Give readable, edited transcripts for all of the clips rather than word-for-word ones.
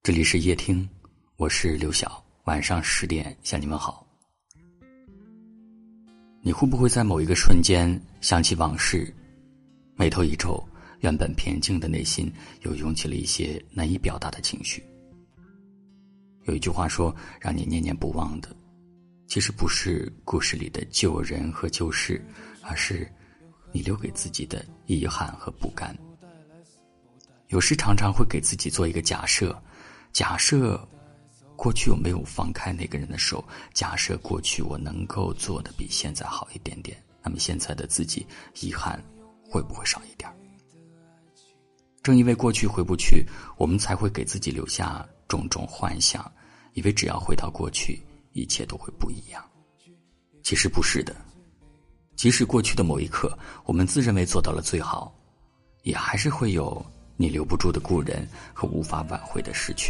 这里是夜听，我是刘晓，晚上10点向你们好。你会不会在某一个瞬间想起往事，眉头一皱，原本平静的内心又涌起了一些难以表达的情绪？有一句话说，让你念念不忘的，其实不是故事里的旧人和旧事，而是你留给自己的遗憾和不甘。有时常常会给自己做一个假设，假设过去我没有放开那个人的手，假设过去我能够做的比现在好一点点，那么现在的自己遗憾会不会少一点？正因为过去回不去，我们才会给自己留下种种幻想，以为只要回到过去，一切都会不一样。其实不是的，即使过去的某一刻我们自认为做到了最好，也还是会有你留不住的故人和无法挽回的失去。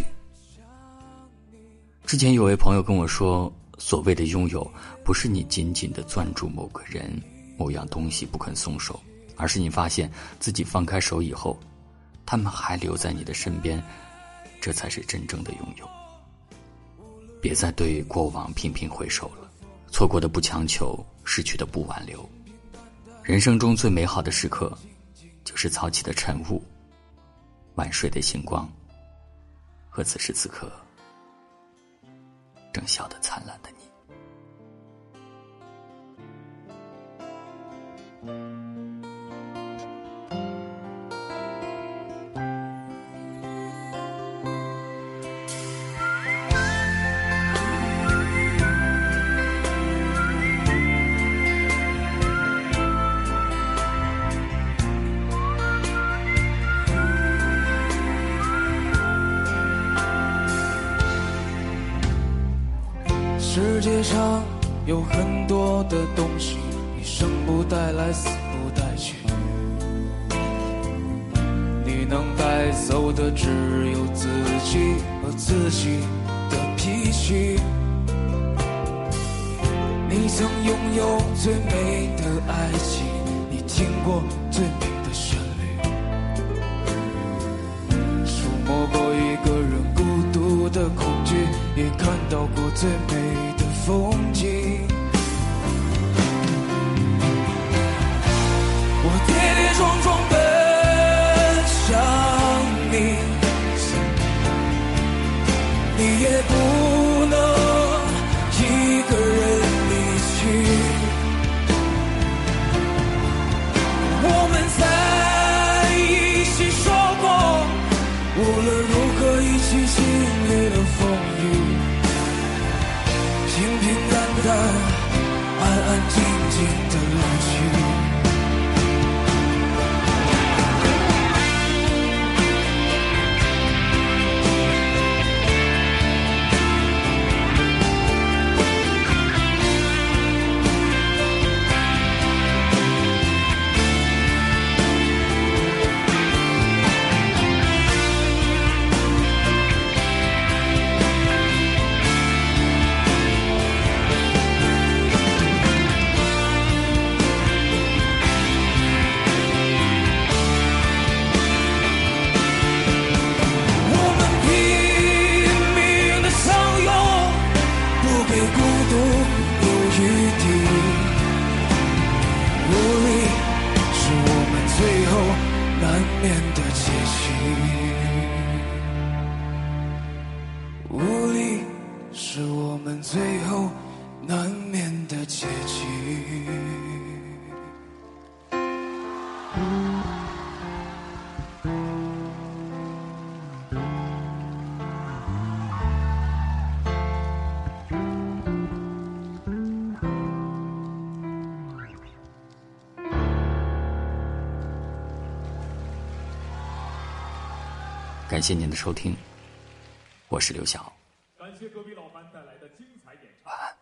之前有位朋友跟我说，所谓的拥有，不是你紧紧地攥住某个人、某样东西不肯松手，而是你发现自己放开手以后，他们还留在你的身边，这才是真正的拥有。别再对过往频频回首了，错过的不强求，失去的不挽留。人生中最美好的时刻，就是早起的晨雾，晚睡的星光，和此时此刻正笑得灿烂的你。 世界上有很多的东西，你生不带来，死不带去，你能带走的只有自己和自己的脾气。你曾拥有最美的爱情，你听过最美的旋律，触摸过一个人孤独的恐惧，也看到过最美的风景。我跌跌撞撞奔向你，你也不能一个人离去。我们在一起说过，无论如何一起经历了风雨，平平淡淡，安安静静的老去。无力是我们最后难免的结局。 感谢您的收听，我是刘晓。 感谢隔壁老樊带来的精彩演唱。 晚安。